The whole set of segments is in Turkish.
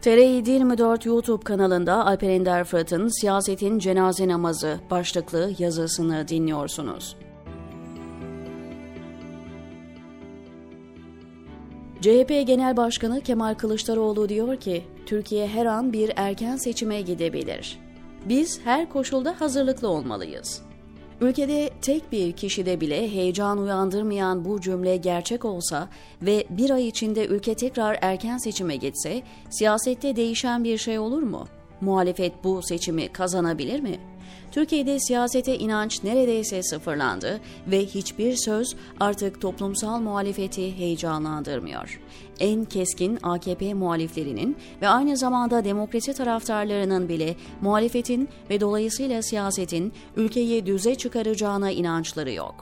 TR724 YouTube kanalında Alper Ender Fırat'ın Siyasetin Cenaze Namazı başlıklı yazısını dinliyorsunuz. CHP Genel Başkanı Kemal Kılıçdaroğlu diyor ki, Türkiye her an bir erken seçime gidebilir. Biz her koşulda hazırlıklı olmalıyız. Ülkede tek bir kişide bile heyecan uyandırmayan bu cümle gerçek olsa ve bir ay içinde ülke tekrar erken seçime gitse, siyasette değişen bir şey olur mu? Muhalefet bu seçimi kazanabilir mi? Türkiye'de siyasete inanç neredeyse sıfırlandı ve hiçbir söz artık toplumsal muhalefeti heyecanlandırmıyor. En keskin AKP muhaliflerinin ve aynı zamanda demokrasi taraftarlarının bile muhalefetin ve dolayısıyla siyasetin ülkeyi düze çıkaracağına inançları yok.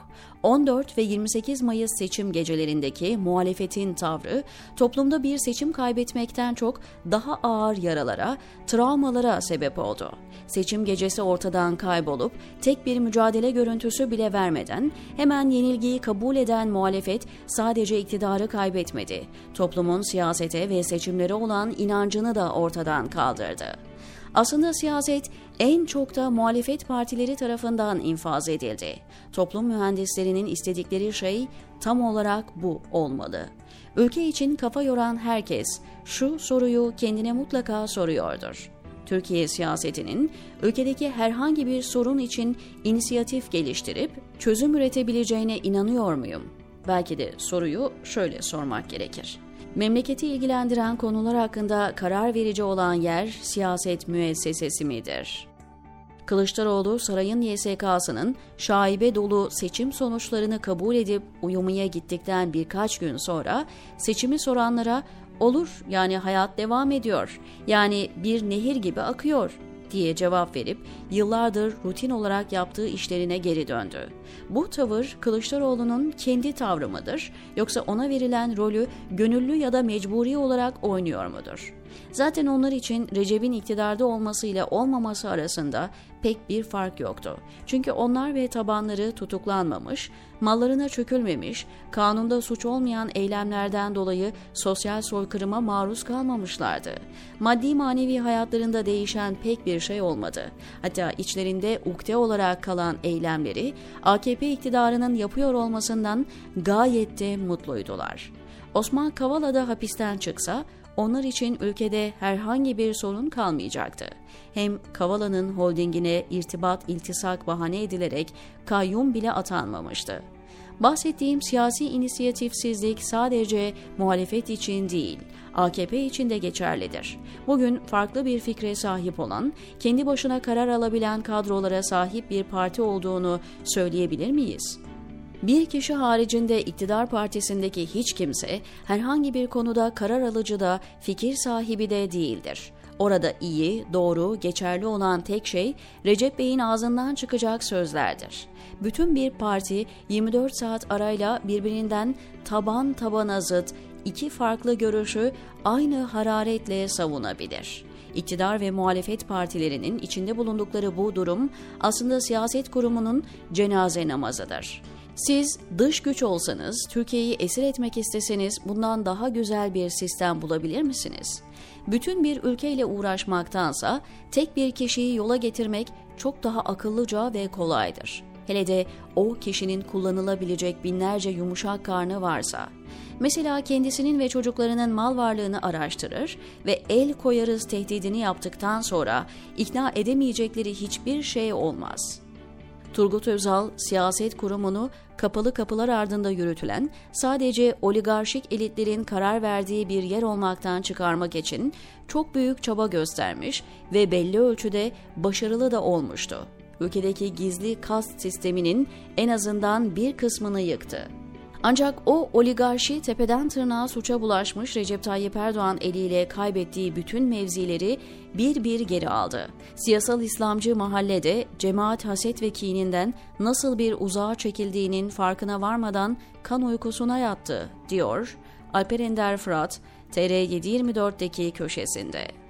14 ve 28 Mayıs seçim gecelerindeki muhalefetin tavrı, toplumda bir seçim kaybetmekten çok daha ağır yaralara, travmalara sebep oldu. Seçim gecesi ortadan kaybolup tek bir mücadele görüntüsü bile vermeden hemen yenilgiyi kabul eden muhalefet sadece iktidarı kaybetmedi, toplumun siyasete ve seçimlere olan inancını da ortadan kaldırdı. Aslında siyaset en çok da muhalefet partileri tarafından infaz edildi. Toplum mühendislerinin istedikleri şey tam olarak bu olmalı. Ülke için kafa yoran herkes şu soruyu kendine mutlaka soruyordur. Türkiye siyasetinin ülkedeki herhangi bir sorun için inisiyatif geliştirip çözüm üretebileceğine inanıyor muyum? Belki de soruyu şöyle sormak gerekir. Memleketi ilgilendiren konular hakkında karar verici olan yer siyaset müessesesi midir? Kılıçdaroğlu, sarayın YSK'sının şaibe dolu seçim sonuçlarını kabul edip uyumaya gittikten birkaç gün sonra seçimi soranlara "Olur, yani hayat devam ediyor, yani bir nehir gibi akıyor" diye cevap verip yıllardır rutin olarak yaptığı işlerine geri döndü. Bu tavır Kılıçdaroğlu'nun kendi tavrı mıdır, yoksa ona verilen rolü gönüllü ya da mecburi olarak oynuyor mudur? Zaten onlar için Recep'in iktidarda olmasıyla olmaması arasında pek bir fark yoktu. Çünkü onlar ve tabanları tutuklanmamış, mallarına çökülmemiş, kanunda suç olmayan eylemlerden dolayı sosyal soykırıma maruz kalmamışlardı. Maddi manevi hayatlarında değişen pek bir şey olmadı. Hatta içlerinde ukde olarak kalan eylemleri AKP iktidarının yapıyor olmasından gayet de mutluydular. Osman Kavala da hapisten çıksa, onlar için ülkede herhangi bir sorun kalmayacaktı. Hem Kavala'nın holdingine irtibat iltisak bahane edilerek kayyum bile atanmamıştı. Bahsettiğim siyasi inisiyatifsizlik sadece muhalefet için değil, AKP için de geçerlidir. Bugün farklı bir fikre sahip olan, kendi başına karar alabilen kadrolara sahip bir parti olduğunu söyleyebilir miyiz? Bir kişi haricinde iktidar partisindeki hiç kimse herhangi bir konuda karar alıcı da fikir sahibi de değildir. Orada iyi, doğru, geçerli olan tek şey Recep Bey'in ağzından çıkacak sözlerdir. Bütün bir parti 24 saat arayla birbirinden taban tabana zıt iki farklı görüşü aynı hararetle savunabilir. İktidar ve muhalefet partilerinin içinde bulundukları bu durum aslında siyaset kurumunun cenaze namazıdır. Siz dış güç olsanız, Türkiye'yi esir etmek isteseniz bundan daha güzel bir sistem bulabilir misiniz? Bütün bir ülkeyle uğraşmaktansa tek bir kişiyi yola getirmek çok daha akıllıca ve kolaydır. Hele de o kişinin kullanılabilecek binlerce yumuşak karnı varsa. Mesela kendisinin ve çocuklarının mal varlığını araştırır ve el koyarız tehdidini yaptıktan sonra ikna edemeyecekleri hiçbir şey olmaz. Turgut Özal, siyaset kurumunu kapalı kapılar ardında yürütülen, sadece oligarşik elitlerin karar verdiği bir yer olmaktan çıkarmak için çok büyük çaba göstermiş ve belli ölçüde başarılı da olmuştu. Ülkedeki gizli kast sisteminin en azından bir kısmını yıktı. Ancak o oligarşi tepeden tırnağa suça bulaşmış Recep Tayyip Erdoğan eliyle kaybettiği bütün mevzileri bir bir geri aldı. Siyasal İslamcı mahallede cemaat haset ve kininden nasıl bir uzağa çekildiğinin farkına varmadan kan uykusuna yattı, diyor Alper Ender Fırat, TR724'deki köşesinde.